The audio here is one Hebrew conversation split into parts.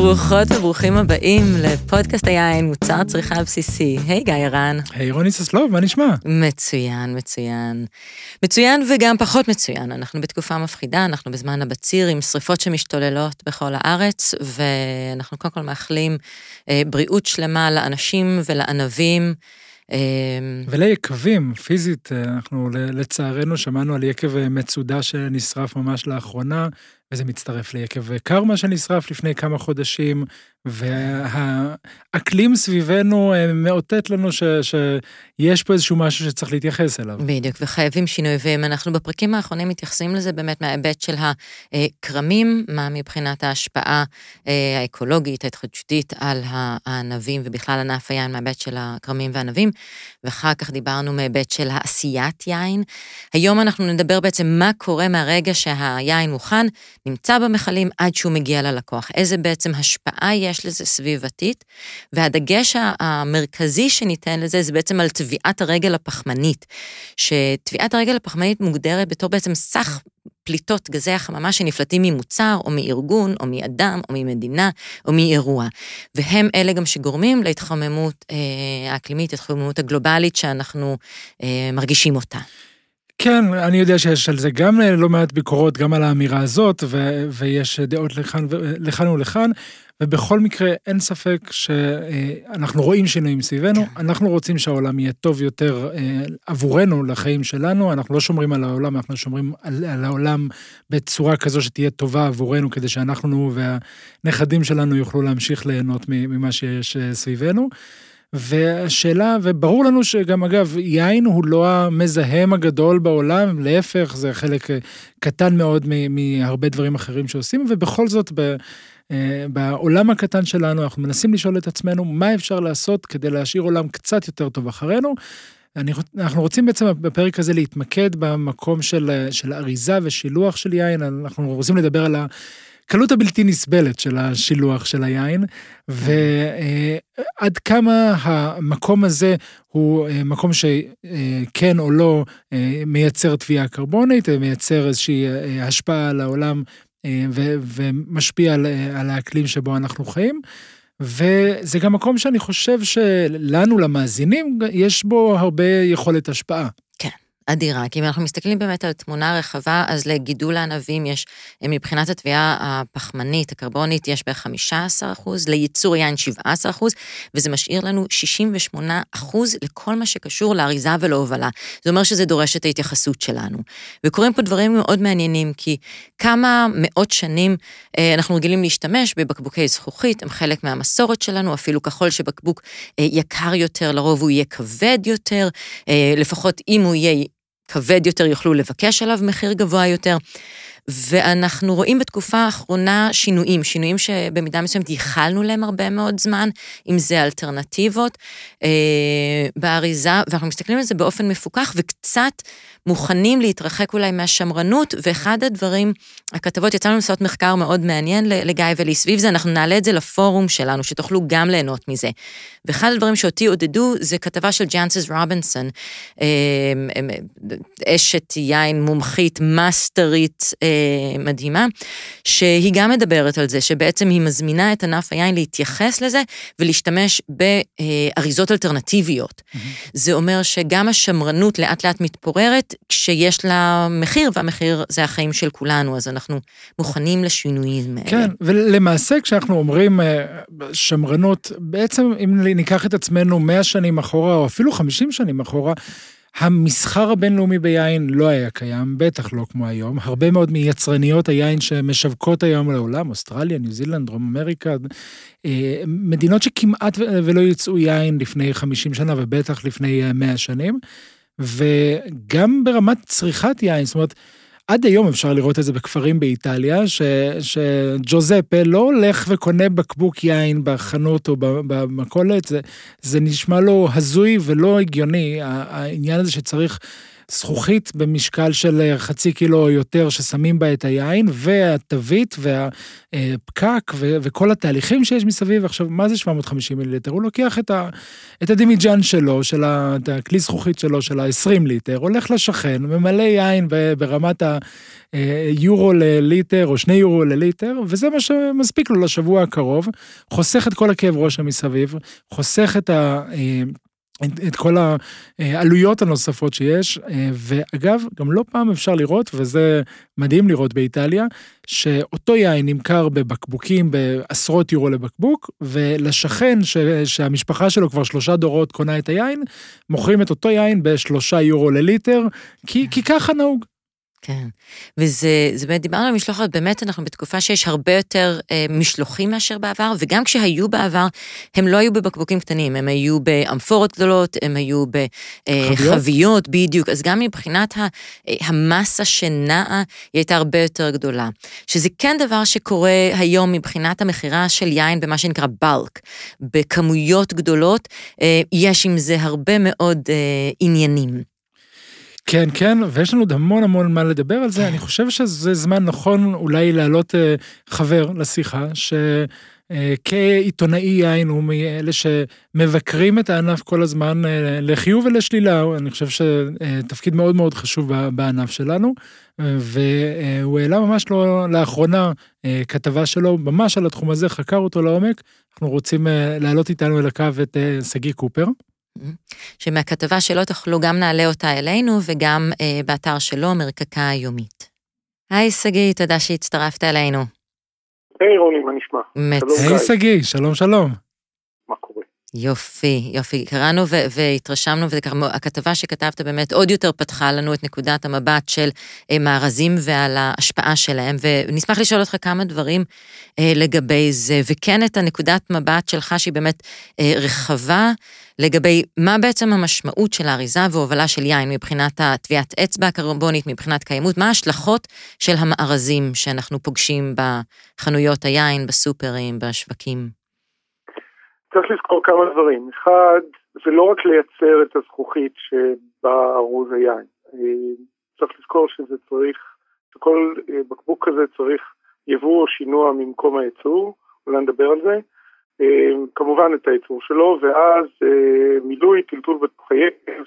ברוכות וברוכים הבאים לפודקאסט היין, מוצר צריכה בסיסי. היי גיא ערן. היי רוני ססלוב, מה נשמע? מצוין, מצוין. מצוין וגם פחות מצוין. אנחנו בתקופה מפחידה, אנחנו בזמן הבציר עם שריפות שמשתוללות בכל הארץ, ואנחנו קודם כל מאחלים בריאות שלמה לאנשים ולענבים. וליקבים, פיזית, אנחנו לצערנו שמענו על יקב מצודה שנשרף ממש לאחרונה, וזה מצטרף ליקב קרמה שנשרף לפני כמה חודשים, והאקלים סביבנו מאותת לנו שיש פה איזשהו משהו שצריך להתייחס אליו. בדיוק, וחייבים שינוי, ואנחנו בפרקים האחרונים מתייחסים לזה באמת מההיבט של הקרמים, מה מבחינת ההשפעה האקולוגית, ההתחדשותית על הענבים, ובכלל ענף היין מההיבט של הקרמים והענבים, ואחר כך דיברנו מההיבט של העשיית יין. היום אנחנו נדבר בעצם מה קורה מהרגע שהיין מוכן, נמצא במחלים עד שהוא מגיע ללקוח. איזה בעצם השפעה יש לזה סביבתית, והדגש המרכזי שניתן לזה זה בעצם על טביעת הרגל הפחמנית, שטביעת הרגל הפחמנית מוגדרת בתור בעצם סך פליטות גזי החממה שנפלטים ממוצר, או מארגון, או מאדם, או ממדינה, או מאירוע. והם אלה גם שגורמים להתחממות האקלימית, להתחממות הגלובלית שאנחנו מרגישים אותה. כן, אני יודע שיש על זה גם לא מעט ביקורות, גם על האמירה הזאת, ויש דעות לכאן ולכאן, ובכל מקרה אין ספק שאנחנו רואים שינויים סביבנו, אנחנו רוצים שהעולם יהיה טוב יותר עבורנו, לחיים שלנו, אנחנו לא שומרים על העולם, אנחנו שומרים על העולם בצורה כזו שתהיה טובה עבורנו, כדי שאנחנו והנכדים שלנו יוכלו להמשיך ליהנות ממה שיש סביבנו, והשאלה, וברור לנו שגם אגב, יין הוא לא המזהם הגדול בעולם, להפך, זה חלק קטן מאוד מהרבה דברים אחרים שעושים, ובכל זאת בעולם הקטן שלנו, אנחנו מנסים לשאול את עצמנו, מה אפשר לעשות כדי להשאיר עולם קצת יותר טוב אחרינו. אנחנו רוצים בעצם בפרק הזה להתמקד במקום של אריזה ושילוח של יין, אנחנו רוצים לדבר על הקלות הבלתי נסבלת של השילוח של היין, ועד כמה המקום הזה הוא מקום שכן או לא מייצר תביעה קרבונית, מייצר איזושהי השפעה על העולם, ומשפיע על האקלים שבו אנחנו חיים, וזה גם מקום שאני חושב שלנו למאזינים יש בו הרבה יכולת השפעה. כן. אדירה, כי אם אנחנו מסתכלים באמת על תמונה רחבה, אז לגידול הענבים יש, מבחינת התביעה הפחמנית, הקרבונית, יש בערך 15%, לייצור יין 17%, וזה משאיר לנו 68% לכל מה שקשור לאריזה ולהובלה. זה אומר שזה דורש את ההתייחסות שלנו. וקוראים פה דברים מאוד מעניינים, כי כמה מאות שנים אנחנו רגילים להשתמש בבקבוקי זכוכית, הם חלק מהמסורת שלנו, אפילו ככל שבקבוק יקר יותר, לרוב הוא יהיה כבד יותר, לפחות אם הוא יהיה כבד יותר יוכלו לבקש עליו מחיר גבוה יותר, ואנחנו רואים בתקופה האחרונה שינויים שבמידה מסוימת ייחלנו להם הרבה מאוד זמן, אם זה אלטרנטיבות באריזה, ואנחנו מסתכלים על זה באופן מפוקח, וקצת מוכנים להתרחק אולי מהשמרנות, ואחד הדברים, הכתבות, יצאנו לעשות מחקר מאוד מעניין לגיא ולי, סביב זה, אנחנו נעלה את זה לפורום שלנו, שתוכלו גם ליהנות מזה. ואחד הדברים שאותי עודדו, זה כתבה של ג'אנסס רובינסון, אשת יין מומחית, מאסטרית מדהימה, שהיא גם מדברת על זה, שבעצם היא מזמינה את ענף היין להתייחס לזה, ולהשתמש באריזות אלטרנטיביות. זה אומר שגם השמרנות לאט לאט מתפוררת, כשיש לה מחיר, והמחיר זה החיים של כולנו, אז אנחנו מוכנים לשינויים האלה. כן, ולמעשה כשאנחנו אומרים שמרנות, בעצם אם ניקח את עצמנו 100 שנים אחורה, או אפילו 50 שנים אחורה, המסחר הבינלאומי ביין לא היה קיים, בטח לא כמו היום. הרבה מאוד מיצרניות היין שמשווקות היום לעולם, אוסטרליה, ניו זילנד, דרום אמריקה, מדינות שכמעט ולא יצאו יין לפני 50 שנה, ובטח לפני 100 שנים, וגם ברמת צריכת יין, זאת אומרת, עד היום אפשר לראות את זה בכפרים באיטליה, שג'וזפה לא הולך וקונה בקבוק יין בחנות או במכולת, זה נשמע לו הזוי ולא הגיוני, העניין הזה שצריך זכוכית במשקל של חצי קילו או יותר ששמים בה את היין, והתווית והפקק וכל התהליכים שיש מסביב. עכשיו, מה זה 750 מיליליטר? הוא לוקח את הדימיג'אן שלו, את הכלי זכוכית שלו, של ה-20 ליטר, הולך לשכן, ממלא יין ברמת יורו לליטר או 2 יורו לליטר, וזה מה שמספיק לו לשבוע הקרוב, חוסך את כל הכאב ראש המסביב, חוסך את כל העלויות הנוספות שיש, ואגב, גם לא פעם אפשר לראות, וזה מדהים לראות באיטליה, שאותו יין נמכר בבקבוקים בעשרות יורו לבקבוק, ולשכן שהמשפחה שלו כבר 3 דורות קונה את היין, מוכרים את אותו יין ב3 יורו לליטר, כי ככה נהוג. כן, וזה באמת, דיברנו על משלוחת, באמת אנחנו בתקופה שיש הרבה יותר משלוחים מאשר בעבר, וגם כשהיו בעבר, הם לא היו בבקבוקים קטנים, הם היו באמפורות גדולות, הם היו בחביות, בדיוק, אז גם מבחינת המסה שנעה, היא הייתה הרבה יותר גדולה. שזה כן דבר שקורה היום מבחינת המחירה של יין, במה שנקרא בלק, בכמויות גדולות, יש עם זה הרבה מאוד עניינים. כן, כן, ויש לנו המון מה לדבר על זה. אני חושב שזה זמן נכון אולי להעלות חבר לשיחה, שכעיתונאי יין הוא מאלה שמבקרים את הענף כל הזמן לחיוב ולשלילה. אני חושב שתפקיד מאוד מאוד חשוב בענף שלנו, והוא העלה ממש לא לאחרונה כתבה שלו, ממש על התחום הזה, חקר אותו לעומק. אנחנו רוצים להעלות איתנו אל הקו את סגי קופר. שמהכתבה שלו תוכלו גם נעלה אותה אלינו, וגם באתר שלו, מרקקה היומית. היי סגי, תודה שהצטרפת אלינו. היי רוני, מה נשמע? היי סגי, שלום. מה קורה? יופי, קראנו והתרשמנו, והכתבה שכתבת באמת עוד יותר פתחה לנו את נקודת המבט של מארזים ועל ההשפעה שלהם, ונשמח לשאול אותך כמה דברים לגבי זה, וכן את הנקודת מבט שלך שהיא באמת רחבה, לגבי מה בעצם המשמעות של האריזה והובלה של יין, מבחינת הטביעת אצבע הקרבונית, מבחינת קיימות, מה ההשלכות של המארזים שאנחנו פוגשים בחנויות היין, בסופרים, בשווקים? צריך לזכור כמה דברים. אחד, זה לא רק לייצר את הזכוכית שבארוז היין. צריך לזכור שכל בקבוק כזה צריך יבוא או שינוע ממקום הייצור, אולי נדבר על זה. כמובן את הייצור שלו, ואז מילוי, טלטול בתוך היצר,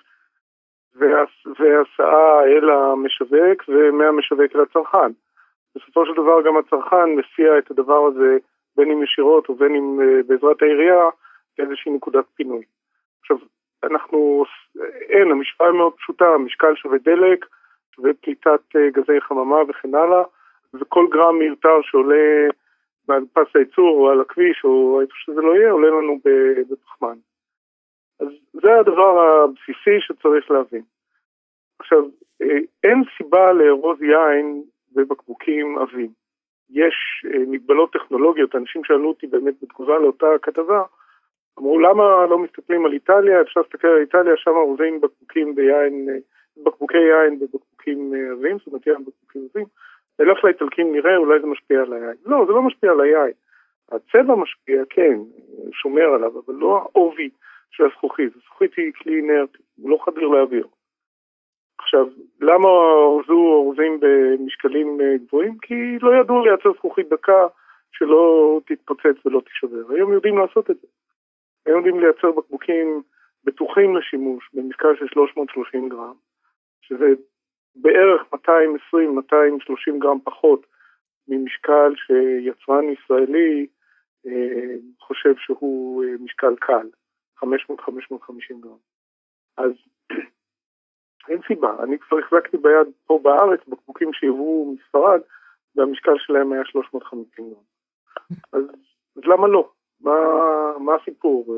והסעה אל המשווק, ומהמשווק אל הצרכן. בסופו של דבר גם הצרכן מסיע את הדבר הזה, בין אם ישירות ובין אם בעזרת העירייה, לאיזושהי נקודת פינוי. עכשיו, המשוואה היא מאוד פשוטה, המשקל שווה דלק, ופליטת גזי חממה וכן הלאה, וכל גרם מיותר שעולה על פס הייצור או על הכביש או איפה שזה לא יהיה, עולה לנו בפחמן. אז זה הדבר הבסיסי שצריך להבין. עכשיו, אין סיבה לארוז יין בבקבוקים עבים. יש מגבלות טכנולוגיות, אנשים שאלו אותי באמת בתגובה לאותה כתבה, אמרו למה לא מסתכלים על איטליה, אפשר להסתכל על איטליה, שם אורזים בקבוקי יין בבקבוקים עבים, זאת אומרת יין בקבוקים עבים, נלך לאיטלקים נראה, אולי זה משפיע על היין. לא, זה לא משפיע על היין. הצבע משפיע, כן, שומר עליו, אבל לא העובי של הזכוכית. הזכוכית היא כלי אינרטי, הוא לא חדיר לאוויר. עכשיו, למה אורזים במשקלים גבוהים? כי לא ידעו לייצר זכוכית דקה שלא תתפוצץ ולא תישבר. היום יודעים לעשות את זה. היום יודעים לייצר בקבוקים בטוחים לשימוש במשקל של 330 גרם, שזה בערך 220-230 גרם פחות ממשקל שיצרן ישראלי חושב שהוא משקל קל, 500-550 גרם. אז אין סיבה, אני כבר החזקתי ביד פה בארץ בקבוקים שיבואו מספרד, והמשקל שלהם היה 350 גרם. אז למה לא? מה הסיפור?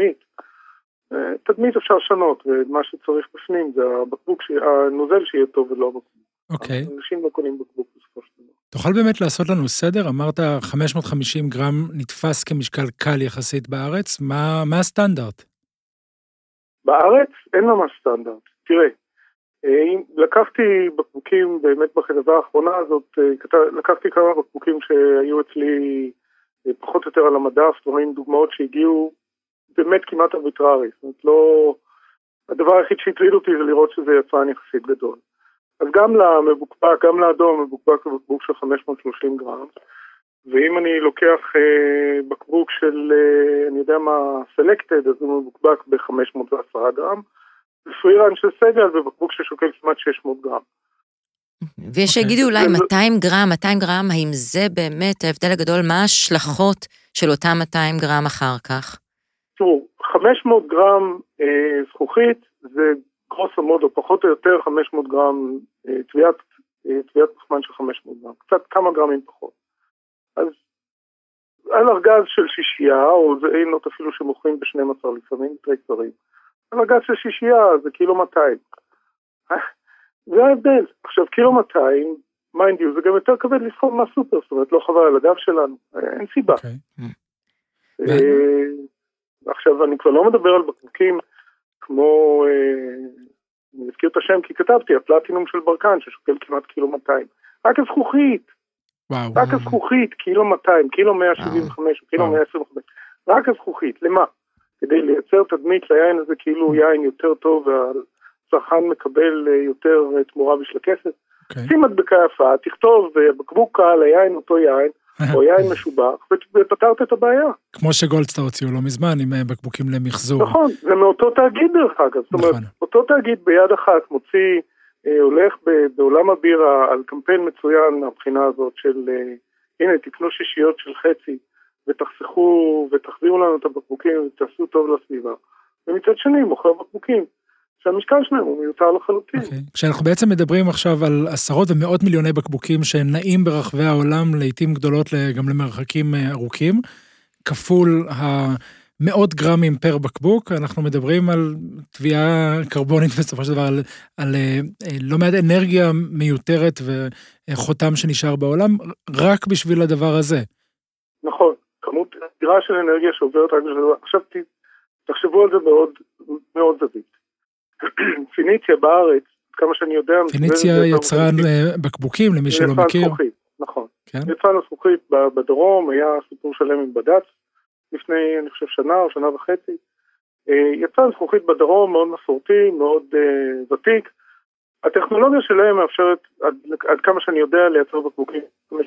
תדמית אפשר לשנות, ומה שצריך בפנים זה הנוזל שיהיה טוב ולא בקבוק. אוקיי. אנשים לא קונים בקבוק בסופו של דבר. תוכל באמת לעשות לנו סדר? אמרת 550 גרם נתפס כמשקל קל יחסית בארץ, מה הסטנדרט? בארץ אין ממש סטנדרט. תראה, לקחתי בקבוקים באמת בכתבה האחרונה הזאת, לקחתי כמה בקבוקים שהיו אצלי פחות או יותר על המדף, דברים, דוגמאות שהגיעו באמת כמעט ארביטררי, זאת אומרת הדבר היחיד שהטריד אותי זה לראות שזה יצרן יחסית גדול. אז גם למבוקבק, גם לאדום, מבוקבק זה בקבוק של 530 גרם, ואם אני לוקח בקבוק של, אני יודע מה, סלקטד, אז הוא מבוקבק ב-510 גרם, ופרירן של סגל זה בקבוק ששוקל כמעט 600 גרם. ויש שיגידו אולי 200 גרם, האם זה באמת ההבדל הגדול, מה ההשלכות של אותם 200 גרם אחר כך? תראו, 500 גרם זכוכית זה גרוסו מודו, פחות או יותר 500 גרם תביעת פחמן של 500 גרם, קצת כמה גרמים פחות. אז על ארגז של שישייה, או זה אינות אפילו שמוכרים ב-12 לפעמים, טרקטורים, על ארגז של שישייה זה קילו 200. זה ההבדל. עכשיו, קילו 200, מיינד יו, זה גם יותר כבד לסחוב מהסופר, זאת אומרת, לא חבל על הגב שלנו, אין סיבה. עכשיו, אני כבר לא מדבר על בקבוקים כמו, אני מזכיר את השם כי כתבתי, הפלטינום של ברקן, ששוקל כמעט קילו 200. רק הזכוכית, רק הזכוכית, קילו 200, קילו 175, קילו 125, רק הזכוכית, למה? כדי לייצר תדמית ליין הזה כאילו יין יותר טוב, והצרכן מקבל יותר תמורה בשביל הכסף. שים מדבקה יפה, תכתוב בקבוק קל, היין אותו יין, או יין משובח, ופתרת את הבעיה. כמו שגולדסטאר הוציאו לא מזמן, עם בקבוקים למחזור. נכון, זה מאותו תאגיד דרך אגב. זאת אומרת, אותו תאגיד ביד אחת מוציא, הולך בעולם הבירה על קמפיין מצוין מהבחינה הזאת של, הנה, תקנו שישיות של חצי, ותחסכו, ותחזירו לנו את הבקבוקים, ותעשו טוב לסביבה. ומצד שני, מוכר בקבוקים. שהמשקל שלהם הוא מיותר לחלוטין. כשאנחנו בעצם מדברים עכשיו על עשרות ומאות מיליוני בקבוקים שנעים ברחבי העולם, לעתים גדולות גם למרחקים ארוכים, כפול המאות גרמים פר בקבוק, אנחנו מדברים על תביעה קרבונית בסופו של דבר, על לא מעט אנרגיה מיותרת וחותם שנשאר בעולם, רק בשביל הדבר הזה. נכון, כמות אדירה של אנרגיה שעוברת רק בשביל הדבר. עכשיו תחשבו על זה מאוד זווית. פיניציה בארץ, כמה שאני יודע... פיניציה יצרן בקבוקים, למי שלא מכיר. יצרן זכוכית, נכון. יצרן הזכוכית בדרום, היה סיפור שלם עם בד"ץ, לפני, אני חושב, שנה או שנה וחצי. יצרן זכוכית בדרום, מאוד מסורתי, מאוד ותיק. הטכנולוגיה שלהם מאפשרת, עד כמה שאני יודע, לייצר בקבוקים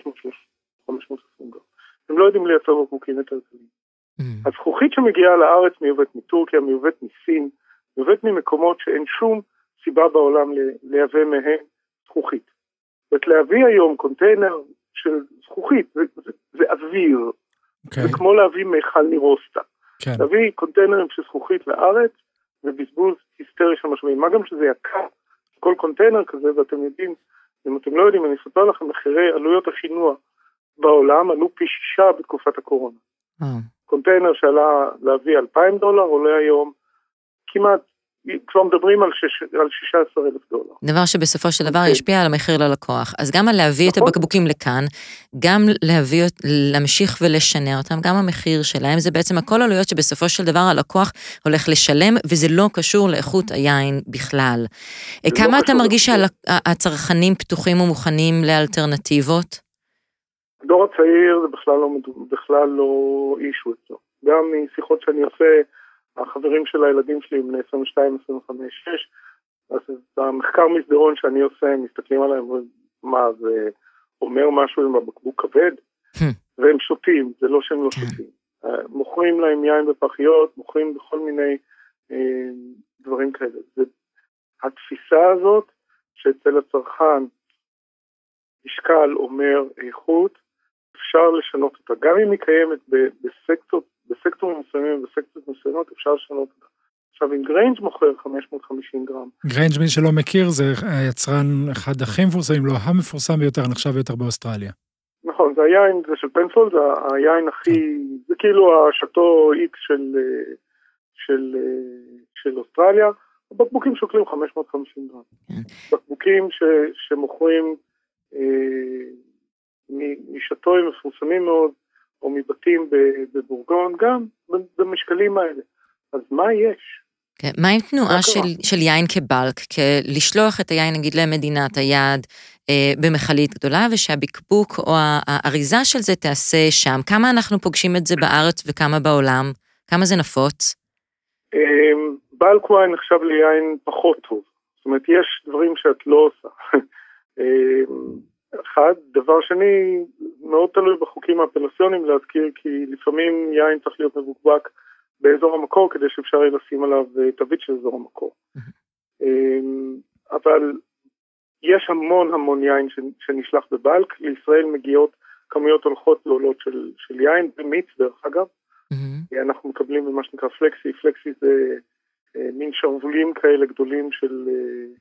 520 גרם. הם לא יודעים לייצר בקבוקים יותר קטנים. הזכוכית שמגיעה לארץ מיובאת מטורקיה, מיובאת מסין, מיובאת ממקומות שאין שום סיבה בעולם לייבא מהם זכוכית. זאת להביא היום קונטיינר של זכוכית, זה אוויר. זה כמו להביא מיכל נירוסטה. להביא קונטיינרים של זכוכית לארץ, ובזבוז היסטרי של משאבים. מה גם שזה יקר, כל קונטיינר כזה, ואתם יודעים, אם אתם לא יודעים, אני אספר לכם, מחירי עלויות השינוע בעולם עלו פי 6 בתקופת הקורונה. קונטיינר שעלה להביא $2,000, עולה היום כמעט, כבר מדברים על $16,000. דבר שבסופו של דבר ישפיע על המחיר ללקוח. אז גם על להביא את הבקבוקים לכאן, גם להמשיך ולשנע אותם, גם המחיר שלהם, זה בעצם הכל עלויות שבסופו של דבר הלקוח הולך לשלם, וזה לא קשור לאיכות היין בכלל. כמה אתה מרגיש שהצרכנים פתוחים ומוכנים לאלטרנטיבות? הדור הצעיר זה בכלל לא אישו אצלו. גם משיחות שאני עושה, החברים של הילדים שלי הם 22, 25, 6, אז המחקר מסדרון שאני עושה, מסתכלים עליהם, מה, זה אומר משהו עם הבקבוק כבד, והם שותים, זה לא שהם לא שותים. מוכרים להם יין בפחיות, מוכרים בכל מיני דברים כאלה. התפיסה הזאת, שאצל הצרכן משקל אומר איכות, אפשר לשנות אותה. גם אם היא קיימת בסקטורים מסוימים, בסקטורים מסוימות, אפשר לשנות אותה. עכשיו, אם גריינג' מוכר 550 גרם. גריינג', מי שלא מכיר, זה היצרן אחד הכי מפורסמים, לא המפורסם ביותר, נחשב יותר באוסטרליה. נכון, זה היין, זה של פנסול, זה היין הכי, זה כאילו השאטו איקס של אוסטרליה. הבקבוקים שוקלים 550 גרם. בקבוקים שמוכרים משאטויים מפורסמים מאוד, או מבתים בבורגון, גם במשקלים האלה. אז מה יש? כן, מה עם תנועה של יין כבלק, לשלוח את היין, נגיד, למדינת היעד במחלית גדולה, ושהבקבוק או האריזה של זה תעשה שם? כמה אנחנו פוגשים את זה בארץ וכמה בעולם? כמה זה נפוץ? בלק וויין נחשב ליין פחות טוב. זאת אומרת, יש דברים שאת לא עושה. אחד, דבר שני, מאוד תלוי בחוקים האפלציוניים להזכיר, כי לפעמים יין צריך להיות מבוקבק באזור המקור, כדי שאפשר יהיה לשים עליו תווית של אזור המקור. אבל יש המון יין שנשלח בבלק, לישראל מגיעות כמויות הולכות לעולות של יין, במיץ דרך אגב, אנחנו מקבלים במה שנקרא פלקסי, פלקסי זה מין שרבולים כאלה גדולים של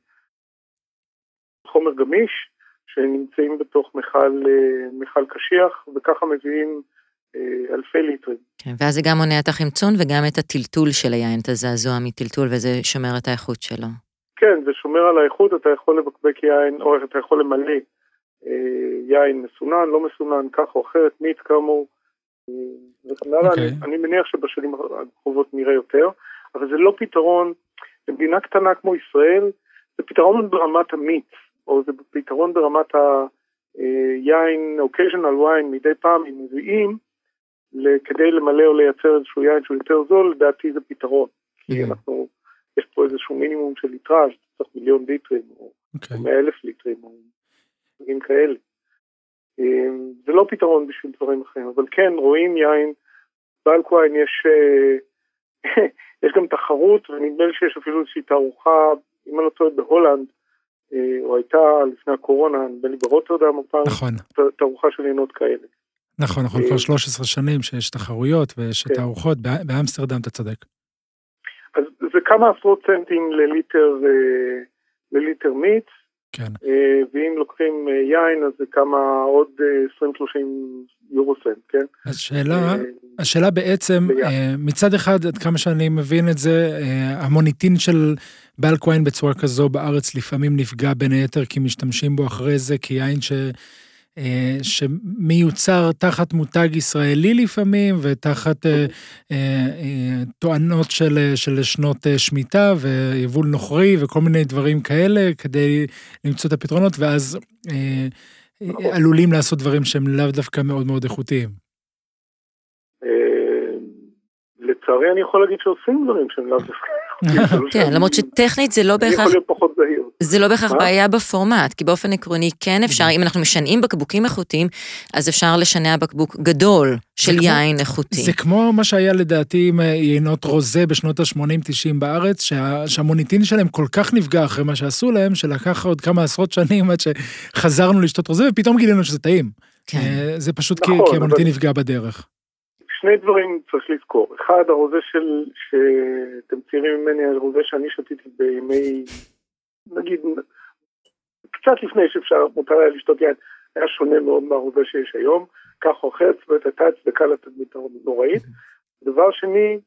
חומר גמיש, שנמצאים בתוך מכל קשיח, וככה מביאים אלפי ליטרים. כן, ואז זה גם מונע את החמצון וגם את הטלטול של היין, את הזעזוע מטלטול, וזה שומר את האיכות שלו. כן, זה שומר על האיכות, אתה יכול לבקבק יין, או אתה יכול למלא יין מסונן, לא מסונן, כך או אחרת, מיץ כאמור, וכן הלאה. אני מניח שבשנים הקרובות נראה יותר, אבל זה לא פתרון, במדינה קטנה כמו ישראל, זה פתרון ברמת המיץ, או זה פתרון ברמת היין, occasional wine, מדי פעם הם מביאים, כדי למלא או לייצר איזשהו יין שהוא יותר זול, לדעתי זה פתרון. כי יש פה איזשהו מינימום של ליטראז', צריך 1,000,000 ליטרים, או 100,000 ליטרים, או דברים כאלה. זה לא פתרון בשביל דברים אחרים, אבל כן, רואים יין, בלק וויין יש גם תחרות, ונדמה לי שיש אפילו איזושהי תערוכה, אם אני לא טועה בהולנד, או הייתה לפני הקורונה, נדמה לי ברוטרדם, נכון. תערוכה של עינות כאלה. נכון, כבר 13 שנים שיש תחרויות ויש תערוכות, באמסטרדם אתה צודק. אז זה כמה עשרות סנטים לליטר מיץ, כן. ואם לוקחים יין, אז זה כמה עוד 20-30 יורו סנט, כן? אז השאלה בעצם, מצד אחד, עד כמה שאני מבין את זה, המוניטין של בלק וויין בצורה כזו בארץ לפעמים נפגע בין היתר, כי משתמשים בו אחרי זה, כי יין שמיוצר תחת מותג ישראלי לפעמים, ותחת טוענות של שנות שמיטה, ויבול נוכרי, וכל מיני דברים כאלה, כדי למצוא את הפתרונות, ואז עלולים לעשות דברים שהם לאו דווקא מאוד מאוד איכותיים. לצערי אני יכול להגיד שעושים דברים שהם לאו דווקא. כן, למרות שטכנית זה לא בהכרח, זה לא בהכרח בעיה בפורמט, כי באופן עקרוני כן אפשר, אם אנחנו משנעים בקבוקים איכותיים, אז אפשר לשנע בקבוק גדול של יין איכותי. זה כמו מה שהיה לדעתי עם יינות רוזה בשנות ה-80-90 בארץ, שהמוניטין שלהם כל כך נפגע אחרי מה שעשו להם, שלקח עוד כמה עשרות שנים עד שחזרנו לשתות רוזה, ופתאום גילינו שזה טעים. זה פשוט כי המוניטין נפגע בדרך. שני דברים צריך לזכור. אחד, הרוזה שאתם צעירים ממני, הרוזה שאני שתיתי בימי, נגיד, קצת לפני שאפשר, מותר היה לשתות יין, היה שונה מאוד מהרוזה שיש היום, כך או אחרת, זאת אומרת, הייתה הצדקה לתדמית נוראית. דבר שני,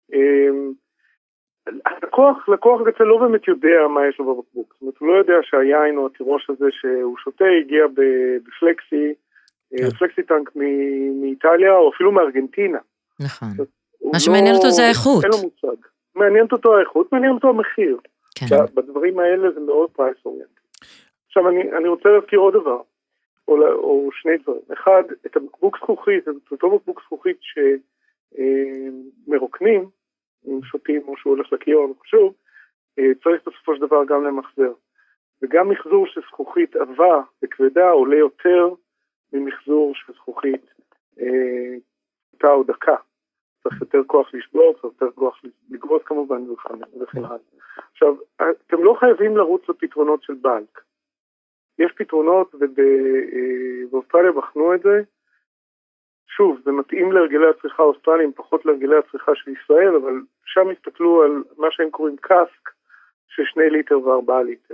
לקוח הקצה לא באמת יודע מה יש לו בבקבוק. זאת אומרת, הוא לא יודע שהיין או התירוש הזה שהוא שותה הגיע בפלקסי, פלקסי טנק מאיטליה, או אפילו מארגנטינה. נכון. מה שמעניין אותו זה האיכות. אין לו מושג. מעניינת אותו האיכות, מעניין אותו המחיר. בדברים האלה זה מאוד פרייס אוריינטי. עכשיו, אני רוצה להזכיר עוד דבר, או שני דברים. אחד, את הבקבוק זכוכית, את אותו בקבוק זכוכית שמרוקנים, אם שותים או שהוא הולך לכיור, חשוב, צריך בסופו של דבר גם למחזר. וגם מחזור של זכוכית עבה וכבדה עולה יותר ממחזור של זכוכית אותה או דקה. צריך יותר כוח לשבור, צריך יותר כוח לגרוס כמובן וכן הלאה. עכשיו, אתם לא חייבים לרוץ לפתרונות של בלק. יש פתרונות, ובאוסטרליה בחנו את זה. שוב, זה מתאים להרגלי הצריכה האוסטרליים, פחות להרגלי הצריכה של ישראל, אבל שם הסתכלו על מה שהם קוראים קאסק, של 2 ליטר ו4 ליטר.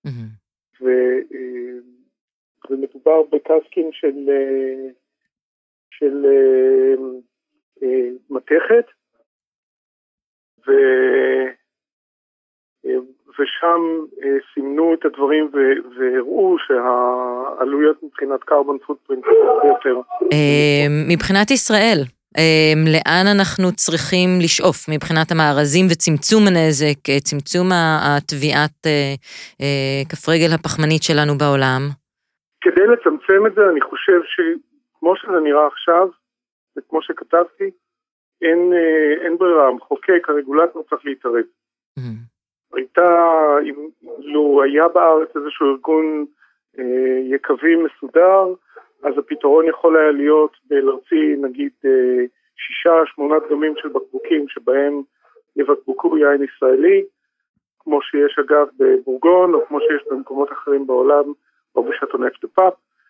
ומדובר בקאסקים של מתכת, ושם סימנו את הדברים והראו שהעלויות מבחינת קרבון פוטפרינט יותר. מבחינת ישראל, לאן אנחנו צריכים לשאוף מבחינת המארזים וצמצום הנזק, צמצום התביעת כף רגל הפחמנית שלנו בעולם? כדי לצמצם את זה, אני חושב שכמו שזה נראה עכשיו, וכמו שכתבתי, אין ברירה, המחוקק, הרגולטור צריך להתערב. לו היה בארץ איזשהו ארגון יקבים מסודר, אז הפתרון יכול היה להיות בלהוציא נגיד 6-8 דגמים של בקבוקים שבהם יבקבוקו יין ישראלי, כמו שיש אגב בבורגון, או כמו שיש במקומות אחרים בעולם, או בשאטו נף דה פאפ.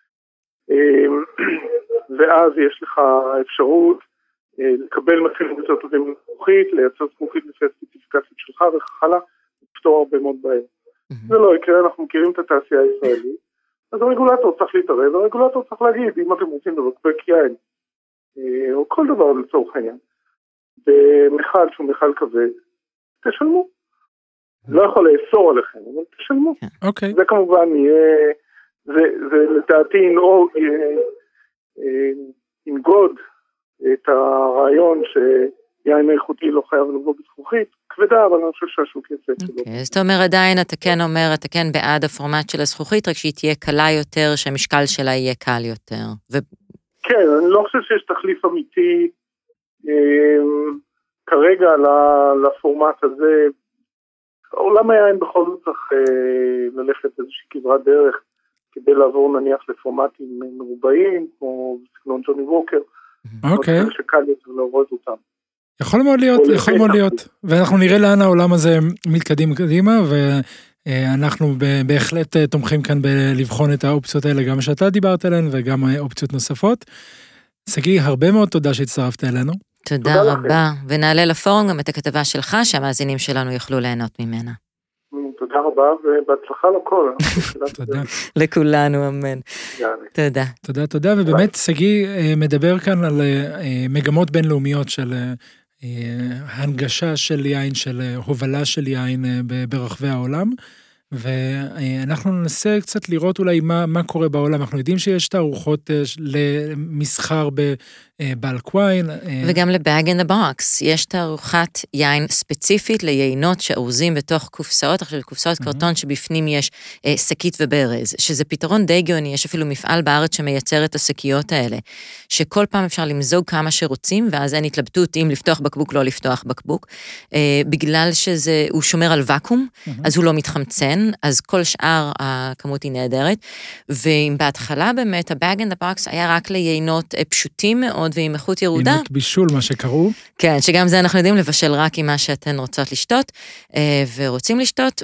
ואז יש לך אפשרות לקבל מחירים יותר טובים לזכוכית, לייצר זכוכית לפי הספציפיקציות שלך וכך הלאה, לפתור הרבה מאוד בעיה. זה לא יקרה, אנחנו מכירים את התעשייה הישראלית, אז הרגולטור צריך להתערב, הרגולטור צריך להגיד, אם אתם רוצים לבקבק יין, או כל דבר לצורך העניין, במכל שהוא מכל כבד, תשלמו. לא יכול לאסור עליכם, אבל תשלמו. אוקיי. זה כמובן יהיה, זה לדעתי ינגוד את הרעיון שיין איכותי לא חייב לבוא בזכוכית, כבדה, אבל אני חושב שהשוק יצא שלו. אוקיי, אז אתה אומר עדיין, אתה כן בעד הפורמט של הזכוכית, רק שהיא תהיה קלה יותר, שהמשקל שלה יהיה קל יותר. כן, אני לא חושב שיש תחליף אמיתי כרגע לפורמט הזה. העולם היין בכל זאת צריך ללכת איזושהי כברת דרך, כדי לעבור נניח לפורמטים מרובעים, כמו סגנון ג'וני ווקר. אוקיי. שקל יותר להוריד אותם. יכול מאוד להיות, ואנחנו נראה לאן העולם הזה מתקדם קדימה, ואנחנו בהחלט תומכים כאן בלבחון את האופציות האלה, גם שאתה דיברת עליהן, וגם אופציות נוספות. שגיא, הרבה מאוד תודה שהצטרפת אלינו. תודה רבה, ונעלה לפורום גם את הכתבה שלך, שהמאזינים שלנו יוכלו ליהנות ממנה. תודה רבה, ובהצלחה לכל. תודה. לכולנו, אמן. תודה, ובאמת שגיא מדבר כאן על מגמות בינלאומיות של הנגשה של יין, של הובלה של יין ברחבי העולם, ואנחנו ננסה קצת לראות אולי מה קורה בעולם. אנחנו יודעים שיש תערוכות למסחר בבלק ויין. וגם לבאג אין דה בוקס. יש תערוכת יין ספציפית ליינות שאורזים בתוך קופסאות, עכשיו קופסאות קרטון שבפנים יש שקית וברז, שזה פתרון די גאוני. יש אפילו מפעל בארץ שמייצר את השקיות האלה, שכל פעם אפשר למזוג כמה שרוצים, ואז אין התלבטות אם לפתוח בקבוק, לא לפתוח בקבוק, בגלל שהוא שומר על וקום, אז הוא לא מתחמצן, אז כל שאר הכמות היא נהדרת, ואם בהתחלה באמת הבאג אין דה בוקס היה רק ליינות פשוטים מאוד ועם איכות ירודה. יינות בישול, מה שקראו. כן, שגם זה אנחנו יודעים לבשל רק עם מה שאתן רוצות לשתות, ורוצים לשתות,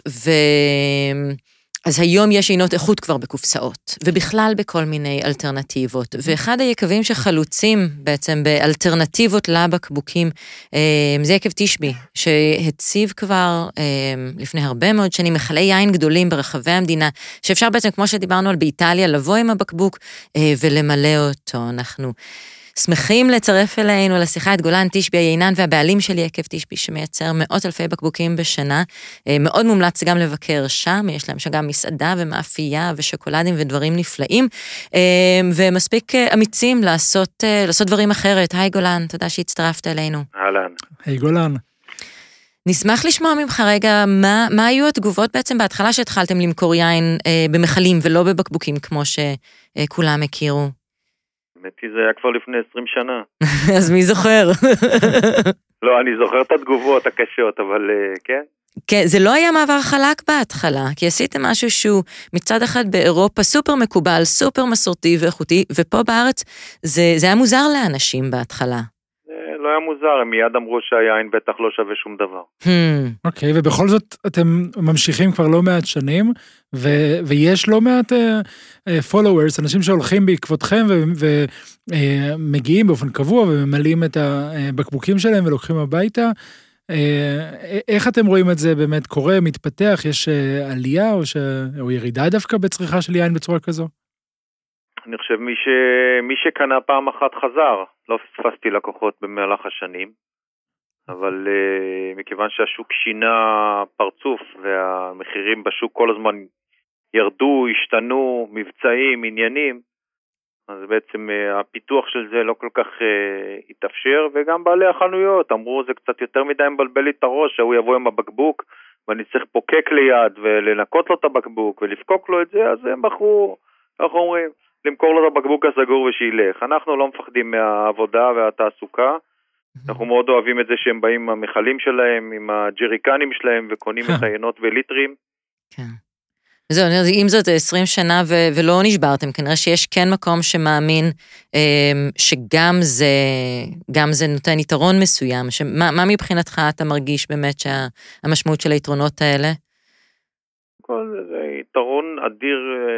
אז היום יש יינות איכות כבר בקופסאות, ובכלל בכל מיני אלטרנטיבות, ואחד היקבים שחלוצים בעצם באלטרנטיבות לבקבוקים, זה יקב תשבי, שהציב כבר לפני הרבה מאוד שנים, מחלי יין גדולים ברחבי המדינה, שאפשר בעצם, כמו שדיברנו על באיטליה, לבוא עם הבקבוק ולמלא אותו. אנחנו שמחים לצרף אלינו לשיחה את גולן תשבי, היינן והבעלים של יקב תשבי, שמייצר מאות אלפי בקבוקים בשנה, מאוד מומלץ גם לבקר שם, יש להם שגם מסעדה ומאפייה ושוקולדים ודברים נפלאים, ומספיק אמיצים לעשות דברים אחרת. היי גולן, תודה שהצטרפת אלינו. אהלן. היי גולן. נשמח לשמוע ממך רגע, מה היו התגובות בעצם בהתחלה שהתחלתם למכור יין במחלים ולא בבקבוקים, כמו שכולם הכירו? האמת היא, זה היה כבר לפני 20 שנה. אז מי זוכר? לא, אני זוכר את התגובות הקשות, אבל כן. כן, זה לא היה מעבר חלק בהתחלה, כי עשיתם משהו שהוא מצד אחד באירופה סופר מקובל, סופר מסורתי ואיכותי, ופה בארץ זה היה מוזר לאנשים בהתחלה. לא היה מוזר, הם מיד אמרו שהיין בטח לא שווה שום דבר. אוקיי, ובכל זאת אתם ממשיכים כבר לא מעט שנים, ויש לא מעט followers, אנשים שהולכים בעקבותכם ומגיעים באופן קבוע וממלאים את הבקבוקים שלהם ולוקחים הביתה. איך אתם רואים את זה באמת קורה, מתפתח, יש עלייה או ירידה דווקא בצריכה של יין בצורה כזו? אני חושב מי שקנה פעם אחת חזר, לא פספסתי לקוחות במהלך השנים, אבל מכיוון שהשוק שינה פרצוף והמחירים בשוק כל הזמן ירדו, השתנו, מבצעים, עניינים, אז בעצם הפיתוח של זה לא כל כך התאפשר, וגם בעלי החנויות אמרו זה קצת יותר מדי מבלבל לי את הראש, שהוא יבוא עם הבקבוק ואני צריך פוקק ליד ולנקות לו את הבקבוק ולפקוק לו את זה, אז הם בחרו, איך אומרים, למכור לו את הבקבוק הסגור ושילך. אנחנו לא מפחדים מהעבודה והתעסוקה, אנחנו מאוד אוהבים את זה שהם באים עם המחלים שלהם, עם הג'ריקנים שלהם, וקונים את היינות וליטרים. כן. וזהו, אם זאת 20 שנה ולא נשברתם, כנראה שיש כן מקום שמאמין שגם זה נותן יתרון מסוים. מה מבחינתך אתה מרגיש באמת שהמשמעות של היתרונות האלה? זה יתרון אדיר,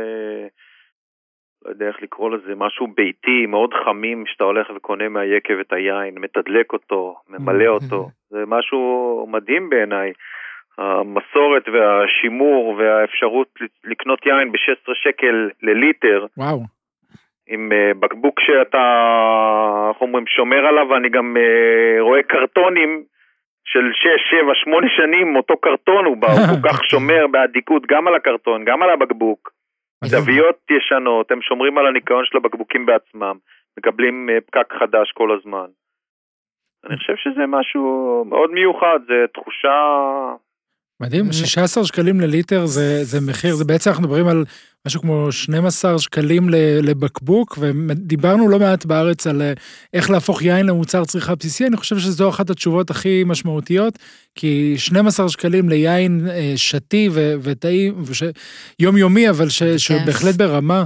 לא יודע איך לקרוא לזה, משהו ביתי, מאוד חמים, שאתה הולך וקונה מהיקב את היין, מתדלק אותו, ממלא אותו. זה משהו מדהים בעיניי. המסורת והשימור והאפשרות לקנות יין ב-16 שקל לליטר. וואו. עם בקבוק שאתה, אנחנו אומרים, שומר עליו, ואני גם רואה קרטונים של 6, 7, 8 שנים, אותו קרטון הוא כל כך שומר בעדיקות גם על הקרטון, גם על הבקבוק. זוויות ישנות, הם שומרים על הניקיון של הבקבוקים בעצמם, מקבלים פקק חדש כל הזמן. אני חושב שזה משהו מאוד מיוחד, זה תחושה... מדהים, 16 שקלים לליטר זה מחיר, זה בעצם אנחנו מדברים על משהו כמו 12 שקלים לבקבוק, ודיברנו לא מעט בארץ על איך להפוך יין למוצר צריכה בסיסי, אני חושב שזו אחת התשובות הכי משמעותיות, כי 12 שקלים ליין שתי וטעים, יומיומי, אבל שבהחלט ברמה,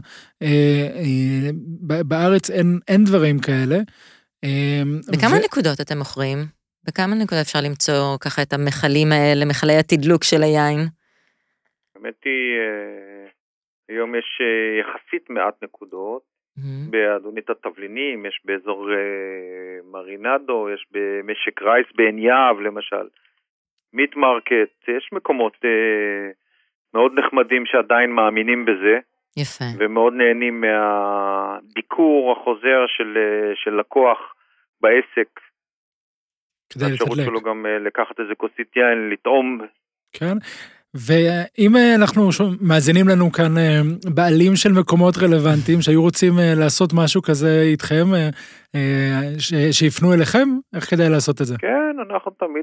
בארץ אין דברים כאלה. בכמה נקודות אתם מוכרים? בכמה נקודות אפשר למצוא ככה את המחלים האלה, מחלי התדלוק של היין? באמת היא, היום יש יחסית מעט נקודות, באדונית התבלינים, יש באזור מרינדו, יש במשק רייס בעין יהב למשל, מיט מרקט, יש מקומות מאוד נחמדים שעדיין מאמינים בזה, יפה. ומאוד נהנים מהביקור החוזר של לקוח בעסק, האפשרות שלו גם לקחת איזה כוסית יין, לטעום. כן, ואם אנחנו מאזינים לנו כאן בעלים של מקומות רלוונטיים, שהיו רוצים לעשות משהו כזה איתכם, שיפנו אליכם, איך כדאי לעשות את זה? כן, אנחנו תמיד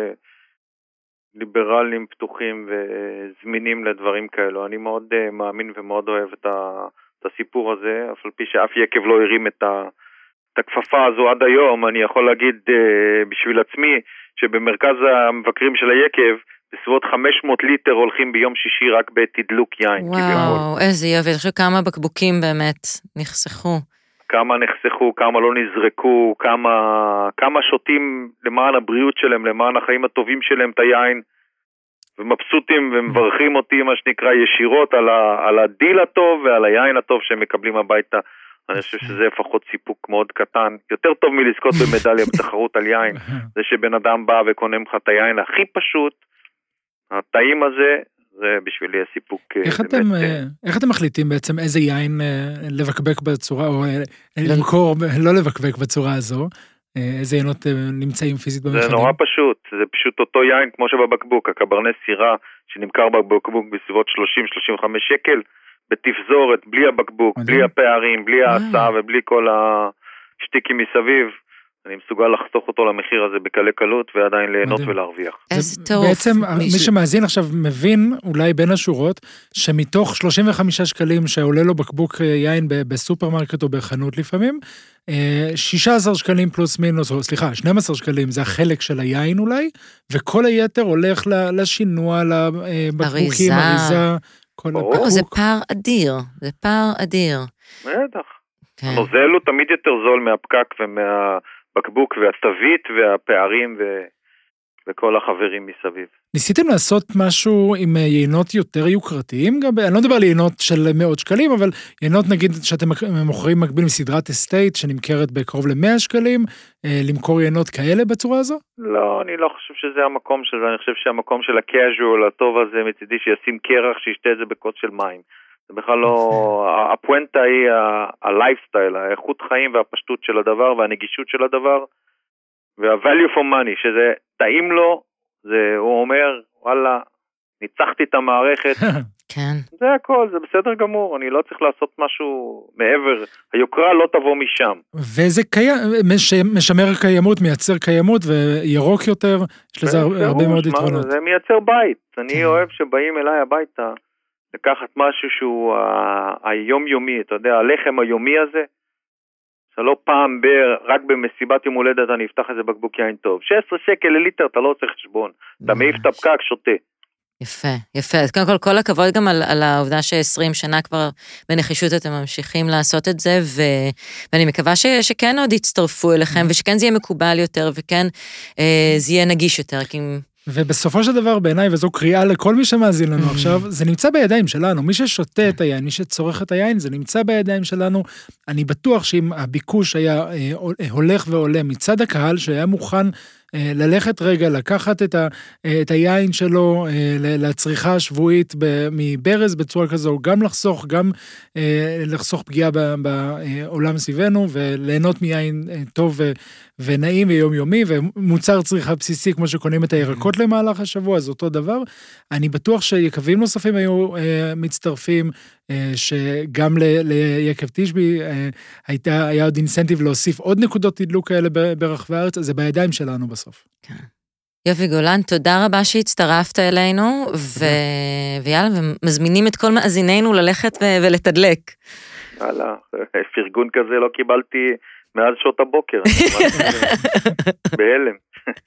ליברלים, פתוחים וזמינים לדברים כאלו. אני מאוד מאמין ומאוד אוהב את הסיפור הזה, אף על פי שאף יקב לא הרים את הכפפה הזו עד היום. אני יכול להגיד בשביל עצמי, שבמרכז המבקרים של היקב, בסביבות 500 ליטר הולכים ביום שישי רק בתדלוק יין. וואו, איזה יופי, אני חושב כמה בקבוקים באמת נחסכו. כמה נחסכו, כמה לא נזרקו, כמה שותים למען הבריאות שלהם, למען החיים הטובים שלהם את היין, ומבסוטים ומברכים אותי, מה שנקרא, ישירות על הדיל הטוב ועל היין הטוב שהם מקבלים הביתה. אני חושב שזה לפחות סיפוק מאוד קטן, יותר טוב מלזכות במדליה בתחרות על יין, זה שבן אדם בא וקונה לך את היין הכי פשוט, הטעים הזה, זה בשבילי הסיפוק. איך אתם מחליטים בעצם איזה יין לבקבק בצורה, או למכור, לא לבקבק בצורה הזו, איזה ינות נמצאים פיזית במחדים? זה נורא פשוט, זה פשוט אותו יין כמו שבבקבוק, הקברנה סירה שנמכר בבקבוק בסביבות 30-35 שקל, בתפזורת, בלי הבקבוק, בלי הפערים, בלי ההסעה ובלי כל השטיקים מסביב, אני מסוגל לחסוך אותו למחיר הזה בקלי קלות, ועדיין ליהנות ולהרוויח. איזה טוב. בעצם מי שמאזין עכשיו מבין, אולי בין השורות, שמתוך 35 שקלים שעולה לו בקבוק יין בסופרמרקט או בחנות לפעמים, 16 שקלים פלוס מינוס, או סליחה, 12 שקלים זה החלק של היין אולי, וכל היתר הולך לשינוע, לבקבוקים, אריזה, זה פער אדיר, זה פער אדיר. בטח. הנוזל הוא תמיד יותר זול מהפקק בקבוק והתווית והפערים וכל החברים מסביב. ניסיתם לעשות משהו עם יינות יותר יוקרתיים? אני לא מדבר על יינות של מאות שקלים, אבל יינות נגיד שאתם מוכרים מקביל מסדרת אסטייט שנמכרת בקרוב ל100 שקלים, למכור יינות כאלה בצורה הזו? לא, אני לא חושב שזה המקום שלו, אני חושב שהמקום של הקאז'ואל הטוב הזה מצידי שישים קרח שישתה את זה בכוס של מים. זה בכלל לא, הפואנטה היא הלייפסטייל, האיכות חיים והפשטות של הדבר והנגישות של הדבר, וה-value for money, שזה טעים לו, הוא אומר, וואלה, ניצחתי את המערכת, כן. זה הכל, זה בסדר גמור, אני לא צריך לעשות משהו מעבר, היוקרה לא תבוא משם. וזה משמר קיימות, מייצר קיימות, וירוק יותר, יש לזה הרבה מאוד יתרונות. זה מייצר בית, אני אוהב שבאים אליי הביתה, לקחת משהו שהוא היומיומי, אתה יודע, הלחם היומי הזה, זה לא פעם רק במסיבת יום הולדת אני אפתח איזה בקבוק יין טוב. 16 שקל לליטר, אתה לא עושה חשבון. אתה מעיף את הפקק, שותה. יפה, יפה. אז קודם כל הכבוד גם על העובדה ש20 שנה כבר בנחישות אתם ממשיכים לעשות את זה, ואני מקווה שכן עוד יצטרפו אליכם, ושכן זה יהיה מקובל יותר, וכן זה יהיה נגיש יותר, כי... ובסופו של דבר בעיניי, וזו קריאה לכל מי שמאזין לנו עכשיו, זה נמצא בידיים שלנו. מי ששותה את היין, מי שצורך את היין, זה נמצא בידיים שלנו. אני בטוח שאם הביקוש היה הולך ועולה מצד הקהל, שהיה מוכן ללכת רגע, לקחת את היין שלו לצריכה השבועית מברז בצורה כזו, גם לחסוך פגיעה בעולם סביבנו, וליהנות מיין טוב ונעים ויומיומי, ומוצר צריכה בסיסי, כמו שקונים את הירקות למהלך השבוע, אז אותו דבר. אני בטוח שיקבים נוספים היו מצטרפים, שגם ליקב תשבי היה עוד אינסנטיב להוסיף עוד נקודות תדלוק כאלה ברחבי הארץ, זה בידיים שלנו בסוף. כן. יופי גולן, תודה רבה שהצטרפת אלינו, ויאללה, ומזמינים את כל מאזינינו ללכת ולתדלק. יאללה, פרגון כזה לא קיבלתי מאז שעות הבוקר. בהלם.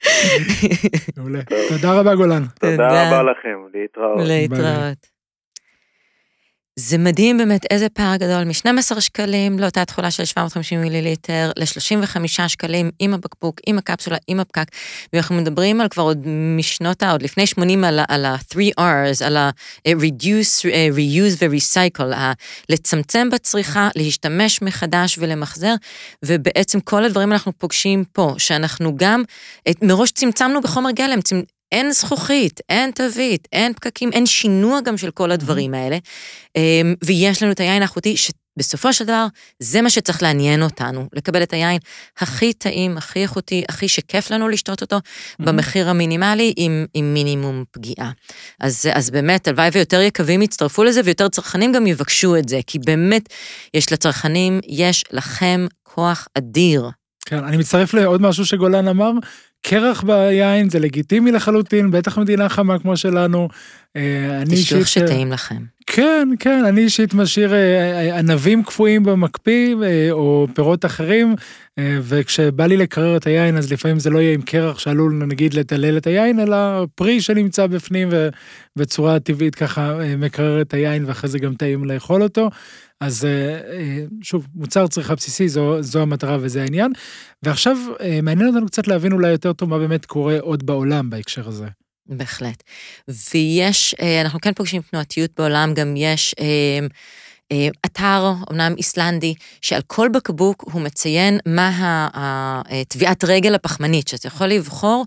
תודה רבה גולן. תודה רבה לכם, להתראות. זה מדהים באמת איזה פער גדול, מ-12 שקלים לאותה תכולה של 750 מיליליטר, ל-35 שקלים עם הבקבוק, עם הקפסולה, עם הפקק, ואנחנו מדברים על כבר עוד משנות, עוד לפני 80 על ה-3Rs, על ה-reduce, reuse ו-recycle, לצמצם בצריכה, להשתמש מחדש ולמחזר, ובעצם כל הדברים אנחנו פוגשים פה, שאנחנו גם, מראש צמצמנו בחומר גלם, אין זכוכית, אין תווית, אין פקקים, אין שינוע גם של כל הדברים האלה, ויש לנו את היין האיכותי, שבסופו של דבר, זה מה שצריך לעניין אותנו, לקבל את היין הכי טעים, הכי איכותי, הכי שכיף לנו לשתות אותו, במחיר המינימלי, עם מינימום פגיעה. אז באמת, הלוואי ויותר יקבים יצטרפו לזה, ויותר צרכנים גם יבקשו את זה, כי באמת, יש לצרכנים, יש לכם כוח אדיר. כן, אני מצטרף לעוד משהו שגולן אמר, קרח ביין זה לגיטימי לחלוטין, בטח מדינה חמה כמו שלנו. תשלוח שטעים לכם. כן, כן, אני אישית משאיר ענבים קפואים במקפיא, או פירות אחרים, וכשבא לי לקרר את היין, אז לפעמים זה לא יהיה עם קרח שעלול נגיד לטלל את היין, אלא פרי שנמצא בפנים, ובצורה טבעית ככה מקרר את היין, ואחרי זה גם טעים לאכול אותו. אז שוב, מוצר צריכה בסיסי, זו המטרה וזה העניין. ועכשיו מעניין אותנו קצת להבין אולי יותר טוב מה באמת קורה עוד בעולם בהקשר הזה. בהחלט. ויש, אנחנו כן פוגשים תנועתיות בעולם, גם יש אתר, אמנם איסלנדי, שעל כל בקבוק הוא מציין מה התביעת רגל הפחמנית, שאתה יכול לבחור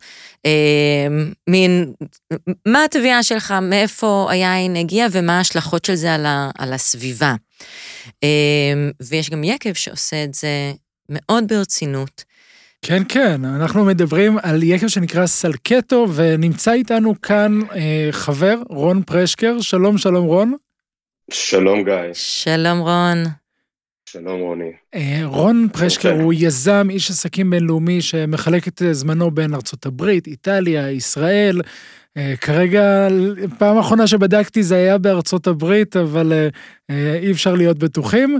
מה התביעה שלך, מאיפה היין הגיע, ומה ההשלכות של זה על הסביבה. ויש גם יקב שעושה את זה מאוד ברצינות. כן, כן, אנחנו מדברים על יקב שנקרא סלקטו, ונמצא איתנו כאן חבר, רון פרשקר. שלום, שלום רון. שלום גיא. שלום רון. שלום רוני. רון פרשקר הוא יזם, איש עסקים בינלאומי, שמחלק את זמנו בין ארצות הברית, איטליה, ישראל. כרגע, פעם האחרונה שבדקתי זה היה בארצות הברית, אבל אי אפשר להיות בטוחים.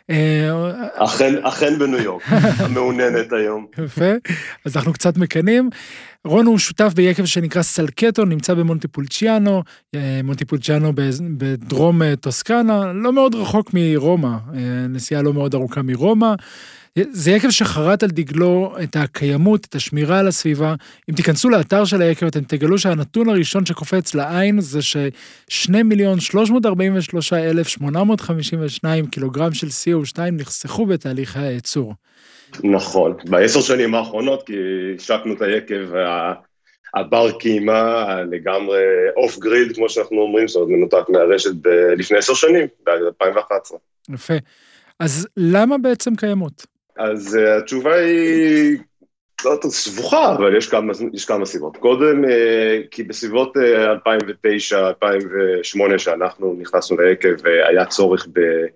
אכן בניו יורק, המעוננת היום. יפה, אז אנחנו קצת מקנים. רון הוא שותף ביקב שנקרא סלקטו, נמצא במונטפולצ'יאנו, מונטפולצ'יאנו בדרום טוסקנה, לא מאוד רחוק מרומא, נסיעה לא מאוד ארוכה מרומא. זה יקב שחרט על דגלו את הקיימות, את השמירה על הסביבה. אם תיכנסו לאתר של היקב, אתם תגלו שהנתון הראשון שקופץ לעין זה ש2,343,852 קילוגרם של CO2 נחסכו בתהליך הייצור. נכון, ב10 שנים האחרונות, כי השקנו את היקב, הבר קיימה לגמרי אוף גריד, כמו שאנחנו אומרים, זאת אומרת מנותק מהרשת לפני 10 שנים, ב-2011. יפה. אז למה בעצם קיימות? אז התשובה היא לא סבוכה, אבל יש כמה סיבות. קודם, כי בסביבות 2009-2008 שאנחנו נכנסנו ליקב, היה צורך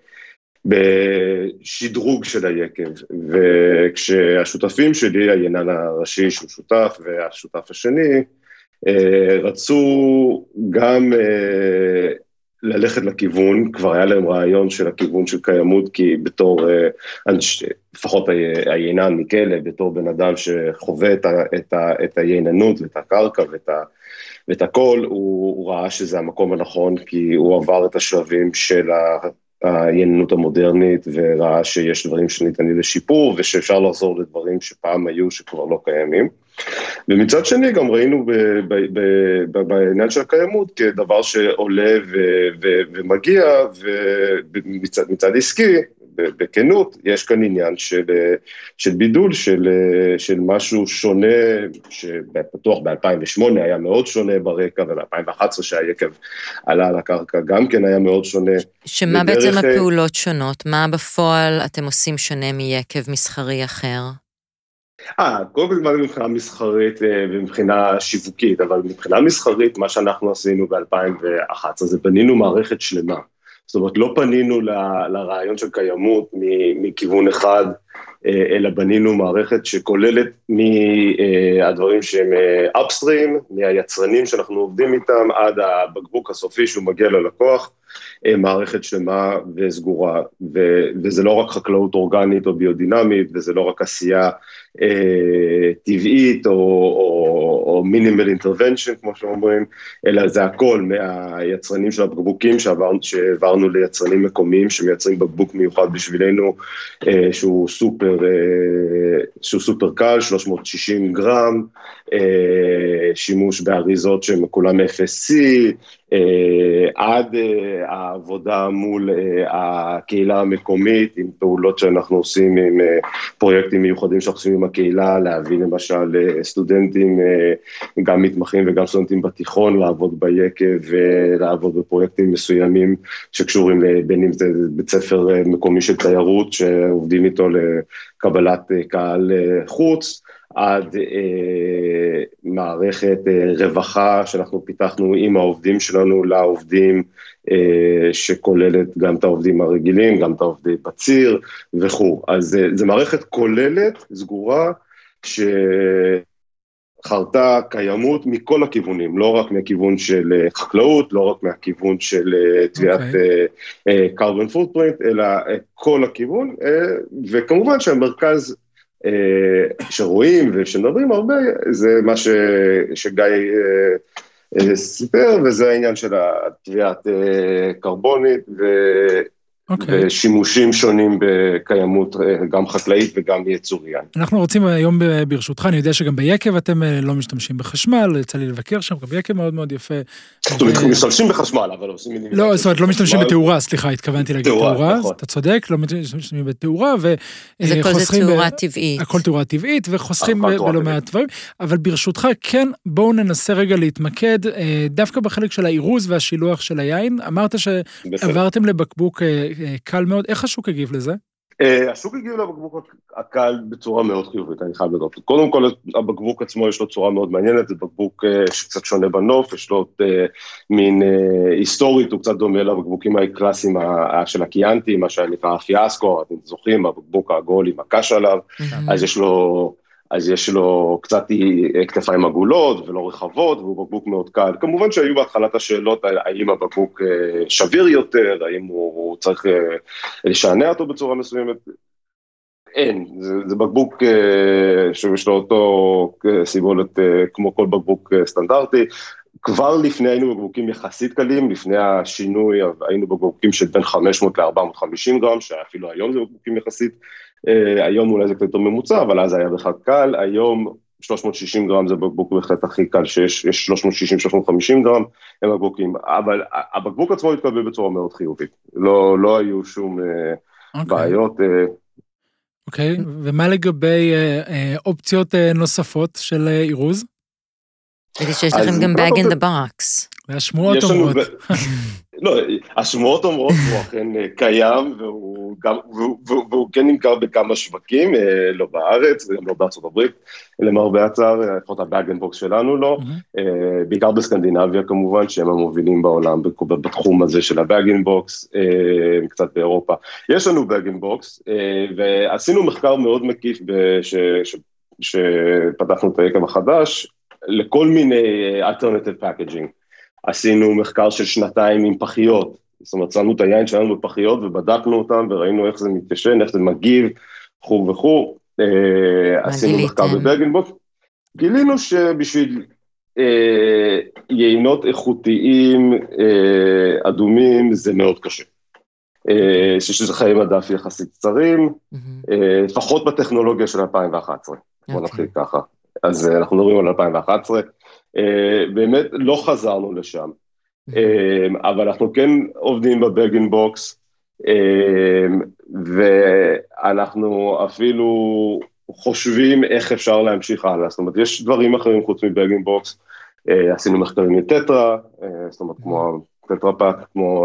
בשדרוג של היקב, וכשהשותפים שלי, היינן הראשי שהוא שותף, והשותף השני, רצו גם ללכת לכיוון, כבר היה להם רעיון של הכיוון של קיימות, כי בתור, לפחות היינן מכלא, בתור בן אדם שחווה את הייננות ואת הקרקע ואת הכל, הוא ראה שזה המקום הנכון, כי הוא עבר את השלבים של הייננות המודרנית, וראה שיש דברים שניתנים לשיפור, ושאפשר לחזור לדברים שפעם היו שכבר לא קיימים. ומצד שני גם ראינו בעניין של הקיימות כדבר שעולה ומגיע, ומצד עסקי, בכנות, יש כאן עניין של בידול, של משהו שונה, שבטוח ב-2008 היה מאוד שונה ברקע, וב-2011 שהיקב עלה על הקרקע גם כן היה מאוד שונה. שמה בעצם הפעולות שונות? מה בפועל אתם עושים שונה מיקב מסחרי אחר? קודם כל מה מבחינה מסחרית ומבחינה שיווקית, אבל מבחינה מסחרית מה שאנחנו עשינו ב-2011 זה בנינו מערכת שלמה. זאת אומרת, לא פנינו לרעיון של קיימות מכיוון אחד, אלא בנינו מערכת שכוללת מהדברים שהם אפסטרים, מהיצרנים שאנחנו עובדים איתם, עד הבקבוק הסופי שהוא מגיע ללקוח, מערכת שלמה וסגורה, וזה לא רק חקלאות אורגנית או ביודינמית, וזה לא רק עשייה טבעית או מינימל אינטרוונשן, כמו שאומרים, אלא זה הכל מהיצרנים של הבקבוקים שעברנו ליצרנים מקומיים שמייצרים בקבוק מיוחד בשבילנו, שהוא סופר קל, 360 גרם, שימוש באריזות שהן כולם FSC, עד העבודה מול הקהילה המקומית, עם פעולות שאנחנו עושים עם פרויקטים מיוחדים שאנחנו עושים עם הקהילה, להביא למשל סטודנטים, גם מתמחים וגם סטודנטים בתיכון, לעבוד ביקב ולעבוד בפרויקטים מסוימים שקשורים בין אם זה בית ספר מקומי של תיירות, שעובדים איתו לקבלת קהל חוץ, עד מערכת רווחה שאנחנו פיתחנו עם העובדים שלנו לעובדים, שכוללת גם את העובדים הרגילים, גם את העובדי בציר וכו'. אז זה מערכת כוללת, סגורה, שחרתה קיימות מכל הכיוונים, לא רק מהכיוון של חקלאות, לא רק מהכיוון של תביעת carbon footprint, אלא כל הכיוון, וכמובן שהמרכז שרואים ושנדברים הרבה, זה מה שגיא סיפר, וזה העניין של התביעת קרבונית ושימושים שונים בקיימות, גם חקלאית וגם יצוריין. אנחנו רוצים היום ברשותך, אני יודע שגם ביקב אתם לא משתמשים בחשמל, יצא לי לבקר שם, גם יקב מאוד מאוד יפה. זאת אומרת, משתמשים בחשמל, אבל עושים מינימום. לא, זאת אומרת, לא משתמשים בתאורה, סליחה, התכוונתי להגיד תאורה, אתה צודק, לא משתמשים בתאורה, כל זה תאורה טבעית. הכל תאורה טבעית, וחוסכים בלא מעט דברים, אבל ברשותך, כן, בואו ננסה רגע להתמקד, דווקא בחלק של האירוז והשילוח של היין, אמרת שעברתם לבקבוק קל מאוד, איך השוק הגיב לזה? השוק הגיב לבקבוק הקל בצורה מאוד חיובית, אני חייב לדעת. קודם כל, הבקבוק עצמו יש לו צורה מאוד מעניינת, זה בקבוק שקצת שונה בנוף, יש לו מין היסטורית, הוא קצת דומה לבקבוקים הקלאסיים של הקיאנטי, מה שנקרא פיאסקו, אתם זוכרים, הבקבוק העגול עם הקש עליו, אז יש לו קצת כתפיים עגולות ולא רחבות, והוא בקבוק מאוד קל. כמובן שהיו בהתחלת השאלות, האם הבקבוק שביר יותר, האם הוא צריך לשענע אותו בצורה מסוימת. אין, זה בקבוק שיש לו אותו סיבולת כמו כל בקבוק סטנדרטי. כבר לפני היינו בקבוקים יחסית קלים, לפני השינוי היינו בקבוקים של בין 500 ל-450 גרם, שאפילו היום זה בקבוקים יחסית, היום אולי זה קצת יותר ממוצע, אבל אז היה בכלל קל, היום 360 גרם זה בקבוק בהחלט הכי קל, שיש 360-350 גרם, הם בקבוקים, אבל הבקבוק עצמו התקבל בצורה מאוד חיובית, לא היו שום בעיות. אוקיי, ומה לגבי אופציות נוספות של אירוז? ידעתי שיש לכם גם bag in the box. והשמועות אומרות. לא, השמועות אומרות, הוא אכן קיים, והוא כן נמכר בכמה שווקים, לא בארץ, וגם לא בארצות הברית, למרבה הצער, לפחות ה-bag in box שלנו לא, בעיקר בסקנדינביה כמובן, שהם המובילים בעולם, בתחום הזה של ה-bag in box, קצת באירופה. יש לנו bag in box, ועשינו מחקר מאוד מקיף, שפתחנו את היקב החדש, לכל מיני alternative packaging. עשינו מחקר של 2 עם פחיות, זאת אומרת, שמנו את היין שלנו בפחיות ובדקנו אותם וראינו איך זה מתיישן, איך זה מגיב, וכו'. עשינו מחקר בברגנבוקס. גילינו שבשביל יינות איכותיים אדומים זה מאוד קשה. שזה חיי מדף יחסית קצרים, לפחות בטכנולוגיה של 2011. בוא נתחיל ככה. אז אנחנו מדברים על 2011. באמת לא חזרנו לשם. אבל אנחנו כן עובדים בברגנבוקס, ואנחנו אפילו חושבים איך אפשר להמשיך הלאה. זאת אומרת, יש דברים אחרים חוץ מברגנבוקס, עשינו מחקרים מטטרה, זאת אומרת, כמו טטרפק, כמו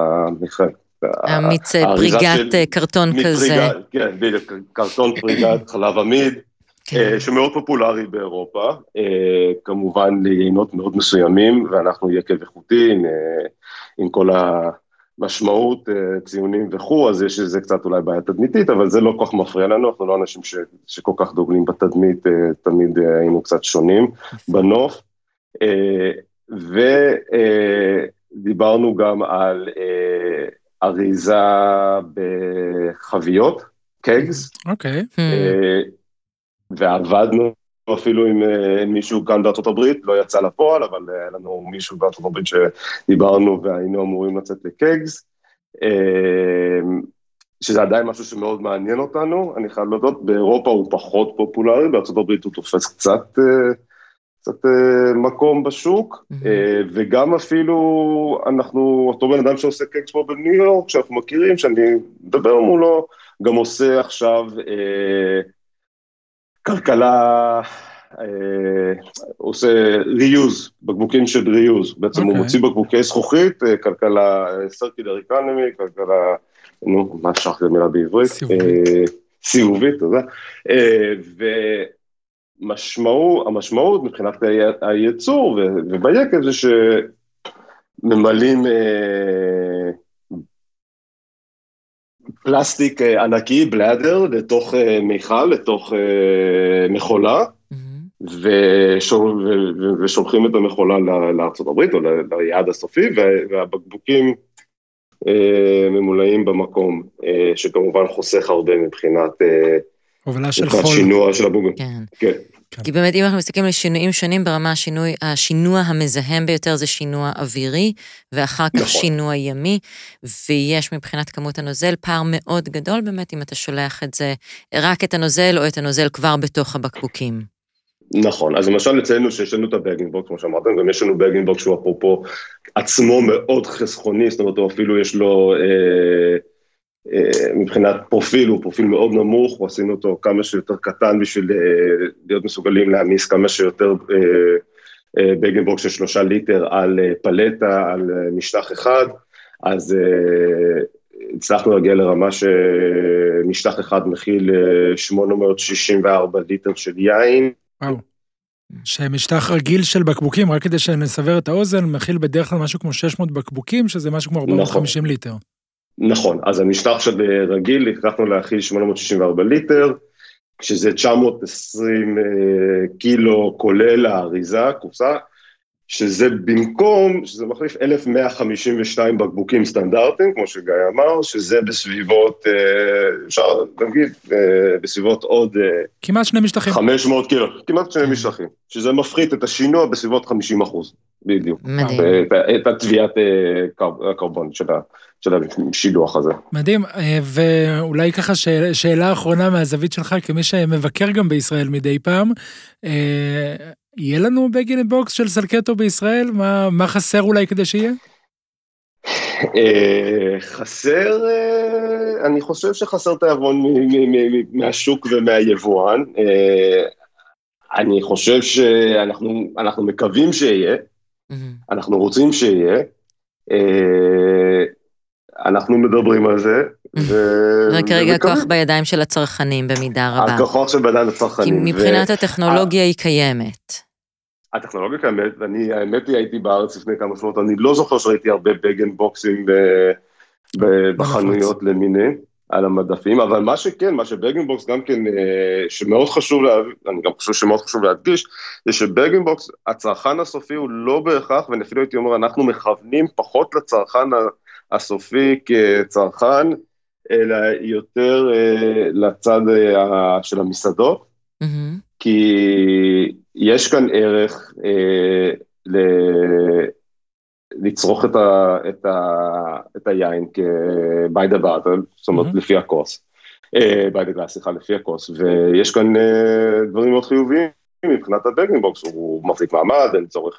המיץ פריגת קרטון כזה. כן, בדיוק, קרטון פריגת חלב עמיד, שמאוד פופולרי באירופה, כמובן ליינות מאוד מסוימים, ואנחנו יקב איכותי עם כל המשמעות, ציונים וכו', אז יש איזה קצת אולי בעיה תדמיתית, אבל זה לא כל כך מפריע לנו, אנחנו לא אנשים שכל כך דוגלים בתדמית, תמיד היינו קצת שונים בנוף, ודיברנו גם על אריזה בחביות, קגס, אוקיי. ועבדנו אפילו עם מישהו כאן בארצות הברית, לא יצא לפועל, אבל היה לנו מישהו בארצות הברית שדיברנו והיינו אמורים לצאת לקגס, שזה עדיין משהו שמאוד מעניין אותנו, אני חייב להודות, באירופה הוא פחות פופולרי, בארצות הברית הוא תופס קצת מקום בשוק, וגם אפילו אנחנו, אותו בן אדם שעושה קגס פה בניו יורק, שאנחנו מכירים, שאני מדבר מולו, גם עושה עכשיו כלכלה, עושה ריוז, בקבוקים של ריוז, בעצם הוא מוציא בקבוקי זכוכית, כלכלה סרקילר אקונומי, כלכלה, נו, מה שכחתי מילה בעברית? סיבובית, תודה. המשמעות מבחינת הייצור וביקב זה שממלאים פלסטיק ענקי, בלאדר, לתוך מיכל, לתוך מכולה, ושולחים את המכולה לארצות הברית, או ליעד הסופי, והבקבוקים ממולאים במקום, שכמובן חוסך הרבה מבחינת שינוע של הבקבוקים. כן. כי באמת אם אנחנו מסתכלים לשינויים שונים ברמה השינוע המזהם ביותר זה שינוע אווירי, ואחר כך שינוע ימי, ויש מבחינת כמות הנוזל פער מאוד גדול באמת אם אתה שולח את זה, רק את הנוזל או את הנוזל כבר בתוך הבקבוקים. נכון, אז למשל אצלנו שיש לנו את הברגנבוקס, כמו שאמרתם, גם יש לנו ברגנבוקס שהוא אפרופו עצמו מאוד חסכוני, זאת אומרת, אפילו יש לו מבחינת פרופיל, הוא פרופיל מאוד נמוך, ועשינו אותו כמה שיותר קטן בשביל להיות מסוגלים להעמיס כמה שיותר ברגנבוקס של 3 ליטר על פלטה, על משטח אחד, אז הצלחנו להגיע לרמה שמשטח אחד מכיל 864 ליטר של יין. וואו, שמשטח רגיל של בקבוקים, רק כדי שנסבר את האוזן, מכיל בדרך כלל משהו כמו 600 בקבוקים, שזה משהו כמו 450 ליטר. נכון, אז המשטח של רגיל, הצלחנו להכיל 864 ליטר, שזה 920 קילו כולל האריזה, קופסה, שזה במקום, שזה מחליף 1152 בקבוקים סטנדרטיים, כמו שגיא אמר, שזה בסביבות, אפשר להגיד, בסביבות עוד כמעט 2 משטחים. 500 קילו, כמעט 2 משטחים, שזה מפחית את השינוע בסביבות 50%, בדיוק. מדהים. את התביעת הקרבון של השילוח הזה. מדהים, ואולי ככה שאלה אחרונה מהזווית שלך, כמי שמבקר גם בישראל מדי פעם, יהיה לנו ברגנבוקס של סלקטו בישראל? מה חסר אולי כדי שיהיה? חסר, אני חושב שחסר תיאבון מהשוק ומהיבואן. אני חושב שאנחנו מקווים שיהיה, אנחנו רוצים שיהיה, אנחנו מדברים על זה. רק כרגע הכוח בידיים של הצרכנים במידה רבה. הכוח של בידיים הצרכנים. כי מבחינת הטכנולוגיה היא קיימת. הטכנולוגיה קיימת, ואני, האמת היא, הייתי בארץ לפני כמה שנות, אני לא זוכר שראיתי הרבה ברגנבוקסים בחנויות למיני. על המדפים, אבל מה שכן, מה שבגינבוקס גם כן, שמאוד חשוב להבין, אני גם חושב שמאוד חשוב להדגיש, זה שבגינבוקס, הצרכן הסופי הוא לא בהכרח, ואני אפילו הייתי אומר, אנחנו מכוונים פחות לצרכן הסופי כצרכן, אלא יותר לצד של המסעדות, כי יש כאן ערך לצרוך את היין by the bottle, זאת אומרת לפי הכוס, by the glass, סליחה, לפי הכוס, ויש כאן דברים מאוד חיוביים מבחינת הבגינבוקס, הוא מחזיק מעמד, אין צורך,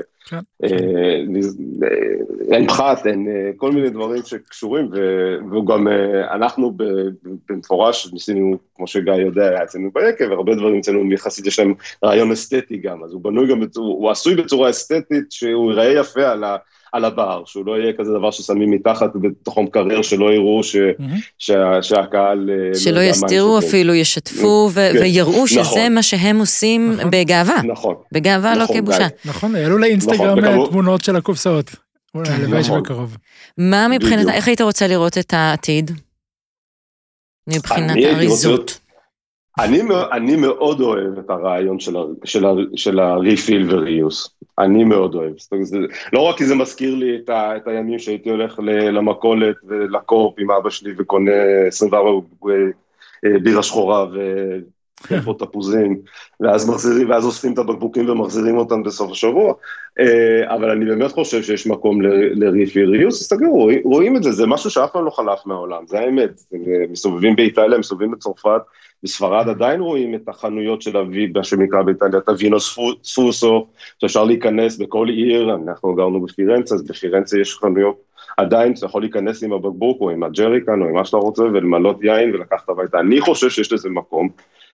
אין פחת, אין כל מיני דברים שקשורים, וגם אנחנו במפורש ניסינו, כמו שגיא יודע, היה אצלנו ביקב, והרבה דברים אצלנו יחסית, יש להם רעיון אסתטי גם, אז הוא בנוי גם, הוא עשוי בצורה אסתטית, שהוא ייראה יפה על הבר, שהוא לא יהיה כזה דבר ששמים מתחת בתוך המקרר, שלא יראו שהקהל... שלא יסתירו אפילו, ישתפו ויראו שזה מה שהם עושים בגאווה. נכון. בגאווה לא כבושה. נכון, יעלו לאינסטגרם תמונות של הקופסאות. הלוואי שבקרוב. מה מבחינת, איך היית רוצה לראות את העתיד? מבחינת הריזות. אני מאוד אוהב את הרעיון של הריפיל וריוס. אני מאוד אוהב. לא רק כי זה מזכיר לי את הימים שהייתי הולך למכולת ולקורפ עם אבא שלי וקונה 24 בירה שחורה פה תפוזים, ואז אוספים את הבקבוקים ומחזירים אותם בסוף השבוע, אבל אני באמת חושב שיש מקום לריפיל ריוס, אז תגידו, רואים את זה, זה משהו שאף פעם לא חלף מהעולם, זה האמת, מסובבים באיטליה, מסובבים בצרפת, בספרד עדיין רואים את החנויות של הוויבה שמקרא באיטליה, את הווינוס פוסו, שאפשר להיכנס בכל עיר, אנחנו גרנו בפירנצה, אז בפירנצה יש חנויות, עדיין אתה יכול להיכנס עם הבקבוק או עם הג'ריקן או עם מה שאתה רוצה ולמלות יין ולקחת הביתה, אני חושב שיש לזה מקום,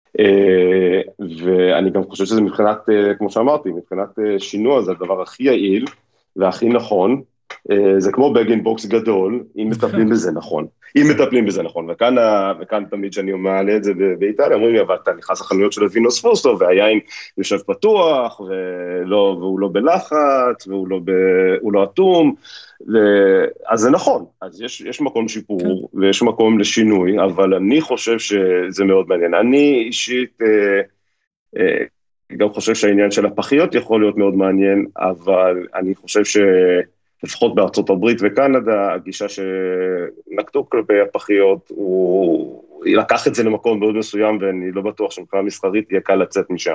ואני גם חושב שזה מבחינת, כמו שאמרתי, מבחינת שינוע זה הדבר הכי יעיל והכי נכון, זה כמו בגינבוקס גדול, אם מטפלים בזה נכון. אם מטפלים בזה נכון, וכאן תמיד שאני מעלה את זה באיטליה, אומרים לי, אבל אתה נכנס לחנויות של הווינוס פוסטו, והיין יושב פתוח, והוא לא בלחץ, והוא לא אטום, אז זה נכון, אז יש מקום שיפור, ויש מקום לשינוי, אבל אני חושב שזה מאוד מעניין. אני אישית גם חושב שהעניין של הפחיות יכול להיות מאוד מעניין, אבל אני חושב לפחות בארצות הברית וקנדה, הגישה שנקטו כלפי הפחיות, הוא לקח את זה למקום מאוד מסוים, ואני לא בטוח שמבחינה מסחרית יהיה קל לצאת משם.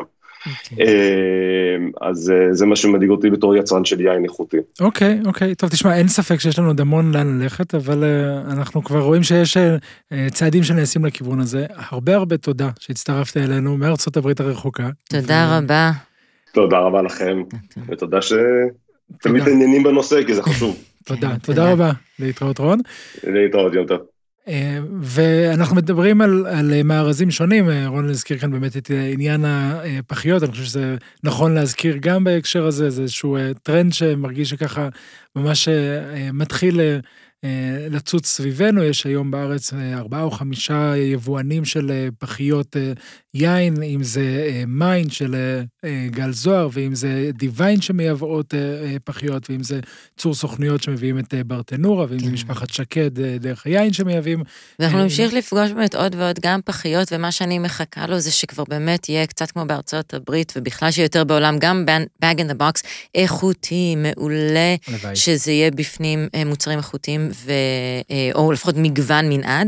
אז זה מה שמדאיג אותי בתור יצרן של יין איכותי. אוקיי, טוב, תשמע, אין ספק שיש לנו עוד המון לאן ללכת, אבל אנחנו כבר רואים שיש צעדים שנעשים לכיוון הזה. הרבה תודה שהצטרפת אלינו מארצות הברית הרחוקה. תודה רבה. תודה רבה לכם, ותודה תמיד עניינים בנושא, כי זה חשוב. תודה רבה. להתראות רון. להתראות יום טוב. ואנחנו מדברים על מארזים שונים, רון להזכיר כאן באמת את עניין הפחיות, אני חושב שזה נכון להזכיר גם בהקשר הזה, זה איזשהו טרנד שמרגיש שככה ממש מתחיל לצוץ סביבנו, יש היום בארץ 4 או 5 יבואנים של פחיות יין, אם זה מיין של גל זוהר, ואם זה דיוויין שמייבאות פחיות, ואם זה צור סוכנויות שמביאים את ברטנורה, ואם זה משפחת שקד דרך היין שמייבים. ואנחנו נמשיך לפגוש באמת עוד ועוד גם פחיות, ומה שאני מחכה לו זה שכבר באמת יהיה קצת כמו בארצות הברית, ובכלל שיותר בעולם, גם bag in the box, איכותי, מעולה, שזה יהיה בפנים מוצרים איכותיים, או לפחות מגוון מנעד,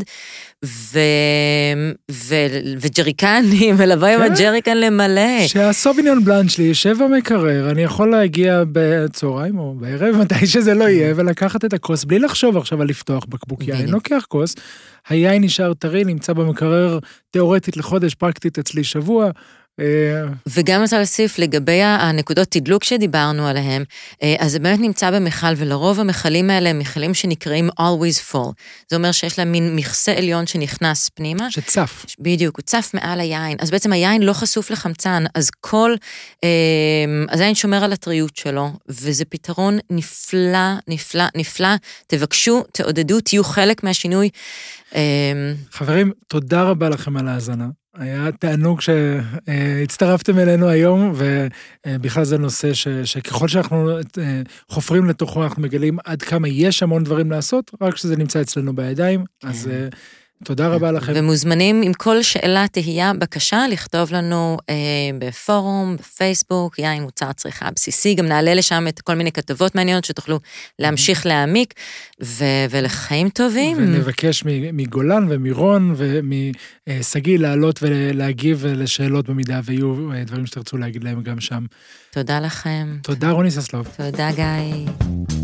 וג'ריקנים, ולבוא עם הג'ריקן למלא. שהסוביניון בלאנד שלי יושב במקרר, אני יכול להגיע בצהריים או בערב, מתי שזה לא יהיה, ולקחת את הכוס, בלי לחשוב עכשיו על לפתוח בקבוק יין, לוקח כוס, היין נשאר טרי, נמצא במקרר תיאורטית לחודש, פרקטית אצלי שבוע, וגם רוצה להוסיף לגבי הנקודות תדלוק שדיברנו עליהם, אז זה באמת נמצא במחל, ולרוב המחלים האלה הם מחלים שנקראים always full. זה אומר שיש להם מין מכסה עליון שנכנס פנימה. שצף. בדיוק, הוא צף מעל היין. אז בעצם היין לא חשוף לחמצן, אז אז היין שומר על הטריות שלו, וזה פתרון נפלא. תבקשו, תעודדו, תהיו חלק מהשינוי. חברים, תודה רבה לכם על ההאזנה. היה תענוג שהצטרפתם אלינו היום, ובכלל זה נושא שככל שאנחנו חופרים לתוכו, אנחנו מגלים עד כמה יש המון דברים לעשות, רק שזה נמצא אצלנו בידיים, אז תודה רבה לכם. ומוזמנים עם כל שאלה, תהייה, בקשה, לכתוב לנו בפורום, בפייסבוק, יין מוצר צריכה בסיסי, גם נעלה לשם את כל מיני כתבות מעניינות שתוכלו להמשיך להעמיק, ולחיים טובים. ונבקש מגולן ומירון ומסגי לעלות ולהגיב לשאלות במידה, ויהיו דברים שתרצו להגיד להם גם שם. תודה לכם. תודה רוני ססלוב. תודה גיא.